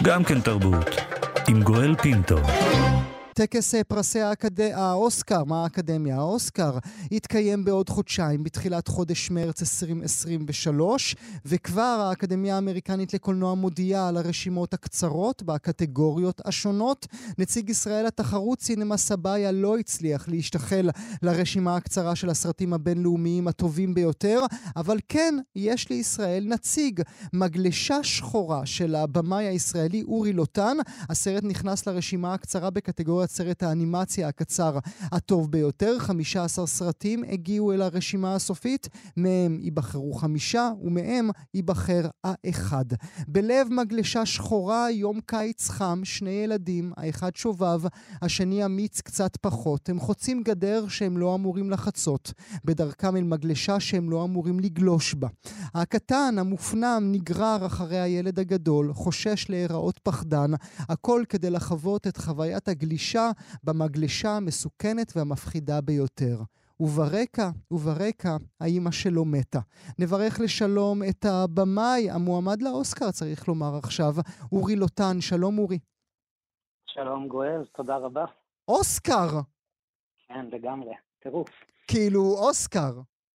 גם כן תרבות, עם גואל פינטו. טקס פרסי האוסקר, מה האקדמיה? האוסקר יתקיים בעוד חודשיים, בתחילת חודש מרץ 2023, וכבר האקדמיה האמריקנית לקולנוע מודיעה על הרשימות הקצרות בקטגוריות השונות. נציג ישראל לתחרות סינמה סבאיה לא הצליח להשתחל לרשימה הקצרה של הסרטים הבינלאומיים הטובים ביותר, אבל כן, יש לישראל נציג, מגלשה שחורה של הבמאי הישראלי אורי לוטן. הסרט נכנס לרשימה הקצרה בקטגוריה סרט האנימציה הקצר הטוב ביותר. 15 סרטים הגיעו אל הרשימה הסופית, מהם ייבחרו 5 ומהם ייבחר האחד. בלב מגלשה שחורה, יום קיץ חם, 2 ילדים, האחד שובב, השני אמיץ קצת פחות. הם חוצים גדר שהם לא אמורים לחצות, בדרכם אל מגלשה שהם לא אמורים לגלוש בה. הקטן, המופנם, נגרר אחרי הילד הגדול, חושש להיראות פחדן, הכל כדי לחוות את חוויית הגלישה במגלשה המסוכנת והמפחידה ביותר. וברקע, האמא שלו מתה. נברך לשלום את הבמאי, המועמד לאוסקר, צריך לומר עכשיו, אורי לוטן. שלום אורי. שלום גואל, תודה רבה. אוסקר! כן, לגמרי, טירוף. כאילו אוסקר.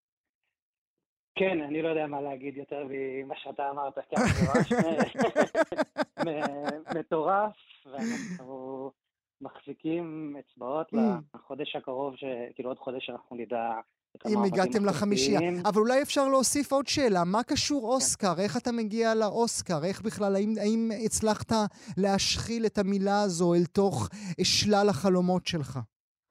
כן, אני לא יודע מה להגיד יותר ממה שאתה אמרת, כן, זה ממש מטורף, ואנחנו מחזיקים אצבעות לחודש הקרוב, כאילו עוד חודש אנחנו נדע אם הגעתם לחמישייה. אבל אולי אפשר להוסיף עוד שאלה, מה קשור אוסקר? איך אתה מגיע לאוסקר? איך בכלל, האם הצלחת להשחיל את המילה הזו אל תוך שלל החלומות שלך?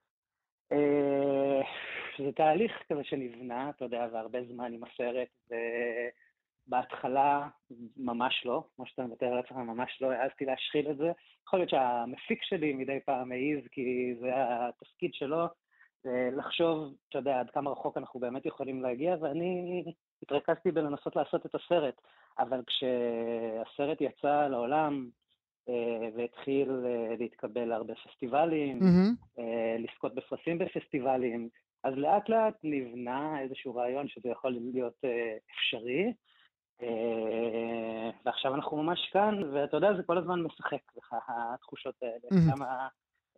זה תהליך כזה שנבנה, אתה יודע, והרבה זמן עם הסרט, בהתחלה ממש לא, כמו שאתה מוותר על עצמך, ממש לא העזתי להשחיל את זה. יכול להיות שהמפיק שלי מדי פעם העיז, כי זה התפקיד שלו, לחשוב, אתה יודע, עד כמה רחוק אנחנו באמת יכולים להגיע, ואני התרכזתי בלנסות לעשות את הסרט. אבל כשהסרט יצא לעולם, והתחיל להתקבל להרבה פסטיבלים, לזכות בפרסים בפסטיבלים, אז לאט לאט נבנה איזשהו רעיון שזה יכול להיות אפשרי, ועכשיו אנחנו ממש כאן, ואתה יודע, זה כל הזמן משחק לך, התחושות האלה, כמה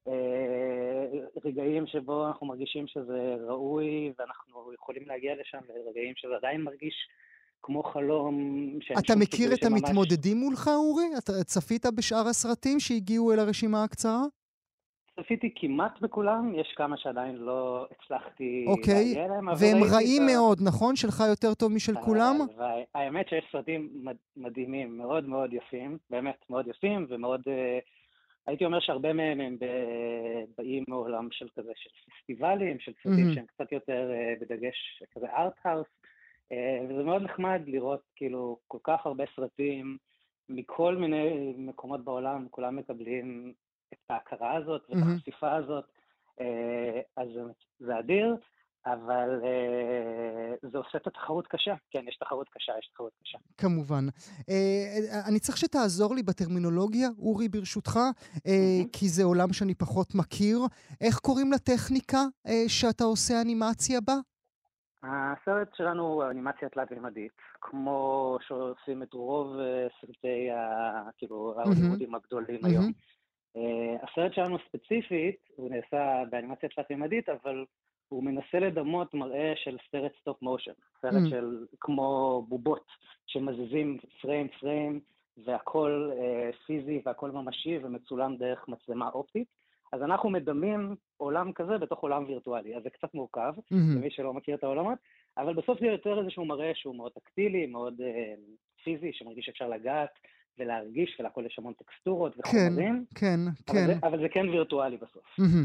רגעים שבו אנחנו מרגישים שזה ראוי, ואנחנו יכולים להגיע לשם, ורגעים שזה עדיין מרגיש כמו חלום. אתה מכיר את המתמודדים מולך, אורי? אתה צפית בשאר הסרטים שהגיעו אל הרשימה הקצרה? צפיתי כמעט בכולם, יש כמה שעדיין לא הצלחתי להגיע להם. והם רעים מאוד, נכון? שלך יותר טוב משל כולם? האמת שיש סרטים מדהימים, מאוד מאוד יפים, באמת מאוד יפים, ומאוד, הייתי אומר שהרבה מהם הם באים מעולם של כזה, של פסטיבלים, של סרטים שהם קצת יותר בדגש כזה ארט-האוס, וזה מאוד נחמד לראות כאילו כל כך הרבה סרטים מכל מיני מקומות בעולם, כולם מקבלים את ההכרה הזאת ואת החשיפה הזאת, אז זה אדיר, אבל זה עושה את התחרות קשה. כן, יש תחרות קשה. כמובן. אני צריך שתעזור לי בטרמינולוגיה, אורי, ברשותך, כי זה עולם שאני פחות מכיר. איך קוראים לטכניקה שאתה עושה אנימציה בה? הסרט שלנו הוא אנימציה תלת-ממדית, כמו שעושים את רוב סרטי ההוליוודים הגדולים היום. הסרט שלנו ספציפית, הוא נעשה באנימציה תלת-ממדית, אבל הוא מנסה לדמות מראה של סרט סטופ מושן, סרט של כמו בובות שמזיזים פריים, והכל פיזי והכל ממשי ומצולם דרך מצלמה אופטית. אז אנחנו מדמים עולם כזה בתוך עולם וירטואלי, אז זה קצת מורכב, למי שלא מכיר את העולמות, אבל בסוף זה יותר איזשהו מראה שהוא מאוד טקטילי, מאוד פיזי, שמרגיש שאפשר לגעת ולהרגיש, ולכל יש המון טקסטורות וחומרים. כן. אבל זה כן וירטואלי בסוף.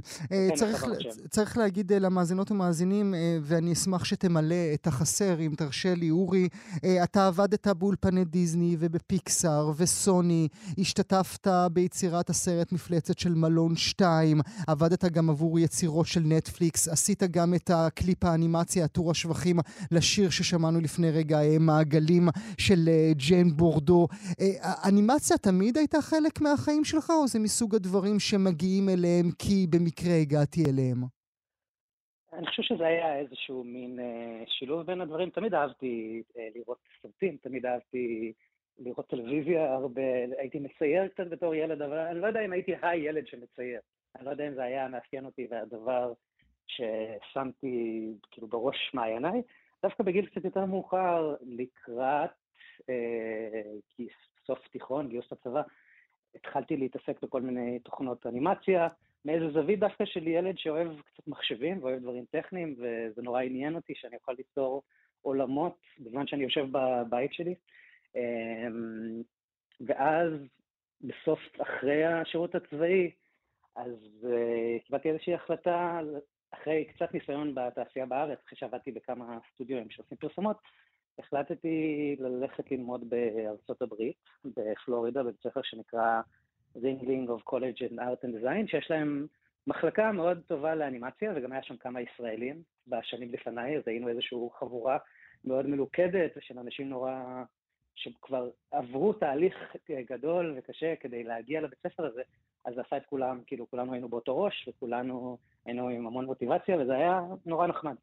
צריך להגיד למאזינות ומאזינים, ואני אשמח שתמלא את החסר, אם תרשה לי, אורי, אתה עבדת באולפני דיזני ובפיקסאר וסוני, השתתפת ביצירת הסרט מפלצת של מלון 2, עבדת גם עבור יצירות של נטפליקס, עשית גם את הקליפ האנימציה, הטור השבחים לשיר ששמענו לפני רגע, מעגלים של ג'יין בורדו. אנימציה תמיד הייתה חלק מהחיים שלך, או זה מסוג הדברים שמגיעים אליהם כי במקרה הגעתי אליהם? אני חושב שזה היה איזשהו מין שילוב בין הדברים. תמיד אהבתי לראות סרטים, תמיד אהבתי לראות טלוויזיה הרבה, הייתי מצייר קצת בתור ילד, אבל אני לא יודע אם הייתי הילד שמצייר. אני לא יודע אם זה היה מאפיין אותי והדבר ששמתי כאילו בראש מעייניי. דווקא בגיל קצת יותר מאוחר, לקראת סוף תיכון, גיוס לצבא, התחלתי להתעסק בכל מיני תוכנות אנימציה, מאיזה זווית דווקא של ילד שאוהב קצת מחשבים ואוהב דברים טכניים, וזה נורא עניין אותי שאני אוכל ליצור עולמות בזמן שאני יושב בבית שלי. ואז בסוף, אחרי השירות הצבאי, אז קיבלתי איזושהי החלטה, אחרי קצת ניסיון בתעשייה בארץ, אחרי שעבדתי בכמה סטודיואים שעושים פרסומות, החלטתי ללכת ללמוד בארצות הברית, בפלורידה, בבית ספר שנקרא Ringling of College in Art and Design, שיש להם מחלקה מאוד טובה לאנימציה, וגם היה שם כמה ישראלים בשנים לפניי, אז היינו איזושהי חבורה מאוד מלוכדת, של אנשים נורא שכבר עברו תהליך גדול וקשה כדי להגיע לבית ספר הזה, אז זה עשה את כולם, כאילו כולנו היינו באותו ראש, וכולנו היינו עם המון מוטיבציה, וזה היה נורא נחמד.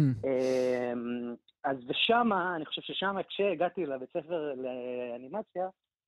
אז ושמה, אני חושב ששמה, כשהגעתי לבית ספר לאנימציה,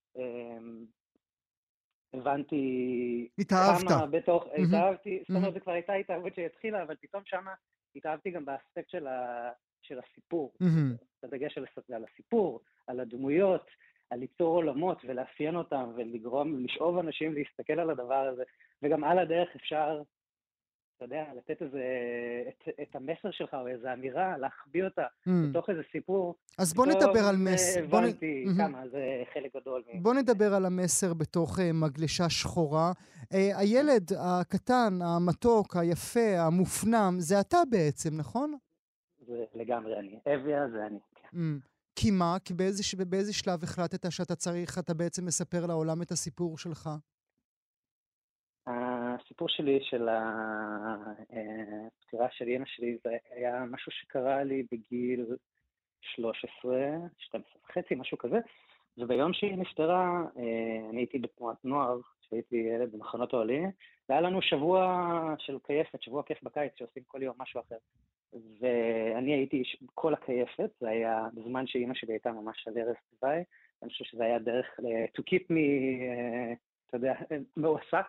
הבנתי כמה בתוך, התאהבתי, זאת אומרת, זה כבר הייתה התאהבות שהתחילה, אבל פתאום שמה התאהבתי גם באספקט של הסיפור, הדגש על הסיפור, על הדמויות, על ליצור עולמות ולאפיין אותם ולגרום, לשאוב אנשים להסתכל על הדבר הזה, וגם על הדרך אפשר, אתה יודע, לתת את המסר שלך או איזו אמירה, להחביא אותה בתוך איזה סיפור. אז בוא נדבר על מסר. הבנתי כמה, זה חלק גדול. בוא נדבר על המסר בתוך מגלשה שחורה. הילד הקטן, המתוק, היפה, המופנם, זה אתה בעצם, נכון? זה לגמרי אני. אביה זה אני. כי מה? כי באיזה שלב החלטת שאתה צריך, אתה בעצם מספר לעולם את הסיפור שלך? הסיפור שלי של הפטירה של אמא שלי, זה היה משהו שקרה לי בגיל 13, 12 וחצי, משהו כזה, וביום שהיא נפטרה, אני הייתי בתנועת נוער, שהייתי ילד במחנות העולים, והיה לנו שבוע של קייפת, שבוע כיף בקיץ, שעושים כל יום משהו אחר. ואני הייתי כל הקייפת, זה היה בזמן שאמא שלי הייתה ממש על ערש דווי, אני חושב שזה היה דרך to keep me, אתה יודע, מועסק,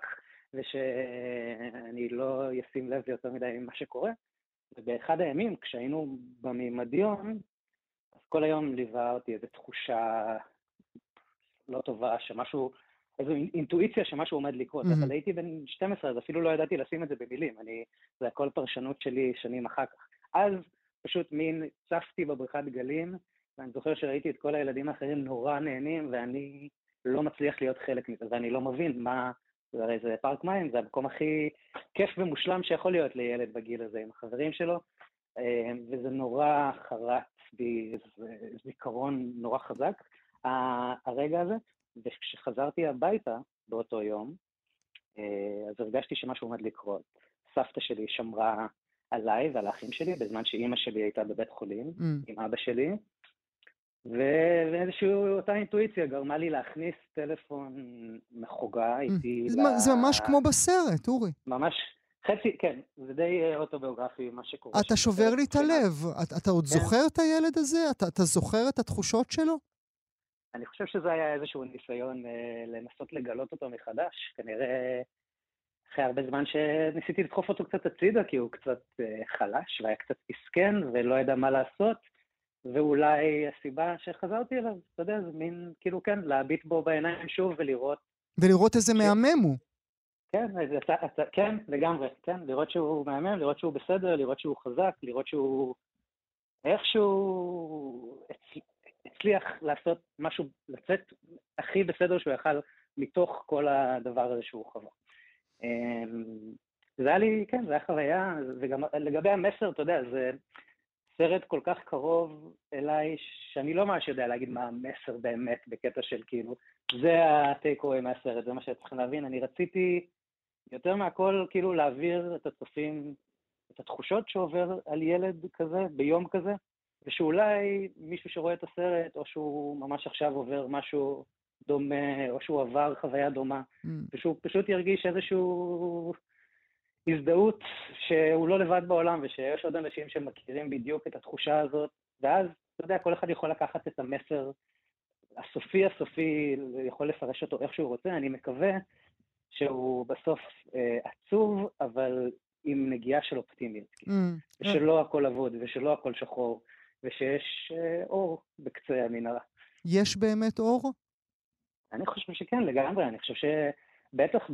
ושאני לא אשים לב יותר מדי מה שקורה. ובאחד הימים, כשהיינו בממדיון, אז כל היום ליווה אותי איזו תחושה לא טובה, שמשהו, איזו אינטואיציה שמשהו עומד לקרות. אבל הייתי בן 12, אז אפילו לא ידעתי לשים את זה במילים. זה הכל פרשנות שלי שנים אחר כך. אז פשוט מין צפתי בבריכת גלים, ואני זוכר שראיתי את כל הילדים האחרים נורא נהנים, ואני לא מצליח להיות חלק מזה, ואני לא מבין מה, הרי זה פארק מים, זה המקום הכי כיף ומושלם שיכול להיות לילד בגיל הזה עם החברים שלו, וזה נורא חרט בי, זה זיכרון נורא חזק, הרגע הזה, וכשחזרתי הביתה באותו יום, אז הרגשתי שמשהו עומד לקרות. סבתא שלי שמרה עליי ועל האחים שלי, בזמן שאימא שלי הייתה בבית חולים, עם אבא שלי, ואיזושהי אותה אינטואיציה גרמה לי להכניס טלפון מחוגה איתי. זה ממש כמו בסרט, אורי. ממש חצי, כן, זה די אוטוביוגרפי מה שקורה. אתה שובר לי את הלב. אתה עוד זוכר את הילד הזה? אתה זוכר את התחושות שלו? אני חושב שזה היה איזשהו ניסיון לנסות לגלות אותו מחדש. כנראה אחרי הרבה זמן שניסיתי לדחוף אותו קצת הצידה, כי הוא קצת חלש והיה קצת מסכן ולא ידע מה לעשות. ואולי הסיבה שחזרתי אליו, אתה יודע, זה מין, כאילו כן, להביט בו בעיניים שוב ולראות. ולראות איזה מהמם הוא. כן, כן, לגמרי, כן, לראות שהוא מהמם, לראות שהוא בסדר, לראות שהוא חזק, לראות שהוא איכשהו הצליח לעשות משהו, לצאת הכי בסדר שהוא יכל מתוך כל הדבר הזה שהוא חווה. זה היה לי, כן, זה היה חוויה, וגם לגבי המסר, אתה יודע, זה סרט כל כך קרוב אליי, שאני לא ממש יודע להגיד מה המסר באמת בקטע של כאילו, זה הטייק-אווי מהסרט, זה מה שצריכים להבין. אני רציתי יותר מהכל כאילו להעביר את הצופים, את התחושות שעובר על ילד כזה, ביום כזה, ושאולי מישהו שרואה את הסרט, או שהוא ממש עכשיו עובר משהו דומה, או שהוא עבר חוויה דומה, ושהוא פשוט ירגיש איזשהו הזדהות שהוא לא לבד בעולם, ושיש עוד אנשים שמכירים בדיוק את התחושה הזאת, ואז, אתה יודע, כל אחד יכול לקחת את המסר הסופי יכול לפרש אותו איך שהוא רוצה, אני מקווה שהוא בסוף עצוב, אבל עם נגיעה של אופטימיות. ושלא הכל אבוד, ושלא הכל שחור, ושיש אור בקצה המנהרה. יש באמת אור? אני חושב שכן, לגמרי. אני חושב שבטח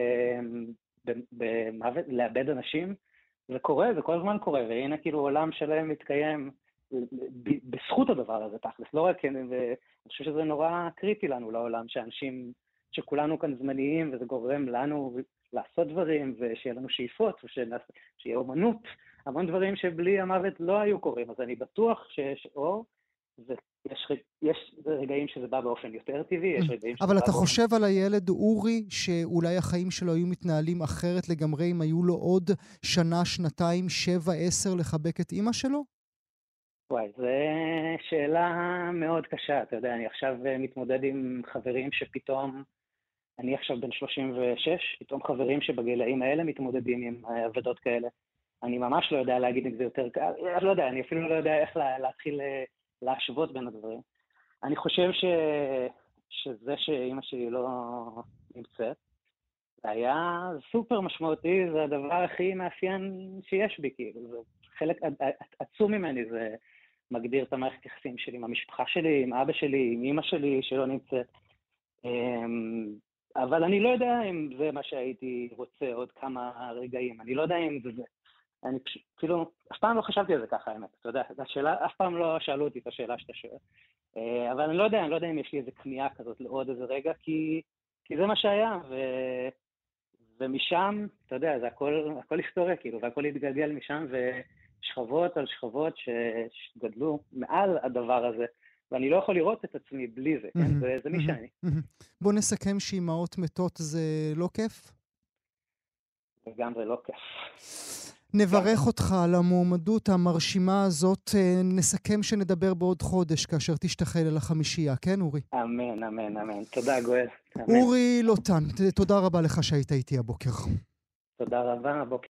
במוות, לאבד אנשים, זה קורה, זה כל הזמן קורה, והנה כאילו עולם שלם מתקיים בזכות הדבר הזה, תכלס. לא רק, ואני חושב שזה נורא קריטי לנו לעולם, שאנשים, שכולנו כאן זמניים, וזה גורם לנו לעשות דברים, ושיהיה לנו שאיפות, ושיהיה אומנות, המון דברים שבלי המוות לא היו קורים. אז אני בטוח שיש אור, יש רגעים שזה בא באופן יותר טבעי, יש רגעים שזה אבל בא אתה חושב על הילד אורי, שאולי החיים שלו היו מתנהלים אחרת לגמרי, אם היו לו עוד שנה, שנתיים, 7, 10 לחבק את אמא שלו? וואי, זו שאלה מאוד קשה. אתה יודע, אני עכשיו מתמודד עם חברים שפתאום, אני עכשיו בן 36, פתאום חברים שבגילאים האלה מתמודדים עם עבודות כאלה. אני ממש לא יודע להגיד אם זה יותר קל, לא יודע, אני אפילו לא יודע איך להתחיל להשוות בין הדברים. אני חושב שזה שאמא שלי לא נמצאת, זה היה סופר משמעותי, זה הדבר הכי מאפיין שיש בי, כאילו, זה חלק עצום ממני, זה מגדיר את המערכת יחסים שלי עם המשפחה שלי, עם אבא שלי, עם אמא שלי שלא נמצאת. אבל אני לא יודע אם זה מה שהייתי רוצה עוד כמה רגעים, אני לא יודע אם זה. אני כאילו, אף פעם לא חשבתי על זה ככה, האמת, אתה יודע, אף פעם לא שאלו אותי את השאלה שאתה שואל. אבל אני לא יודע אם יש לי איזה כניעה כזאת לעוד איזה רגע, כי זה מה שהיה, ומשם, אתה יודע, זה הכל היסטוריה, כאילו, והכל התגלגל משם, ושכבות על שכבות שגדלו מעל הדבר הזה, ואני לא יכול לראות את עצמי בלי זה, כן? זה מי שאני. בוא נסכם שאימהות מתות זה לא כיף? לגמרי לא כיף. נברך אותך על המועמדות המרשימה הזאת, נסכם שנדבר בעוד חודש כאשר תשתחל אל החמישייה, כן אורי? אמן, אמן, אמן. תודה גואל. אורי לוטן, תודה רבה לך שהיית איתי הבוקר. תודה רבה, הבוקר.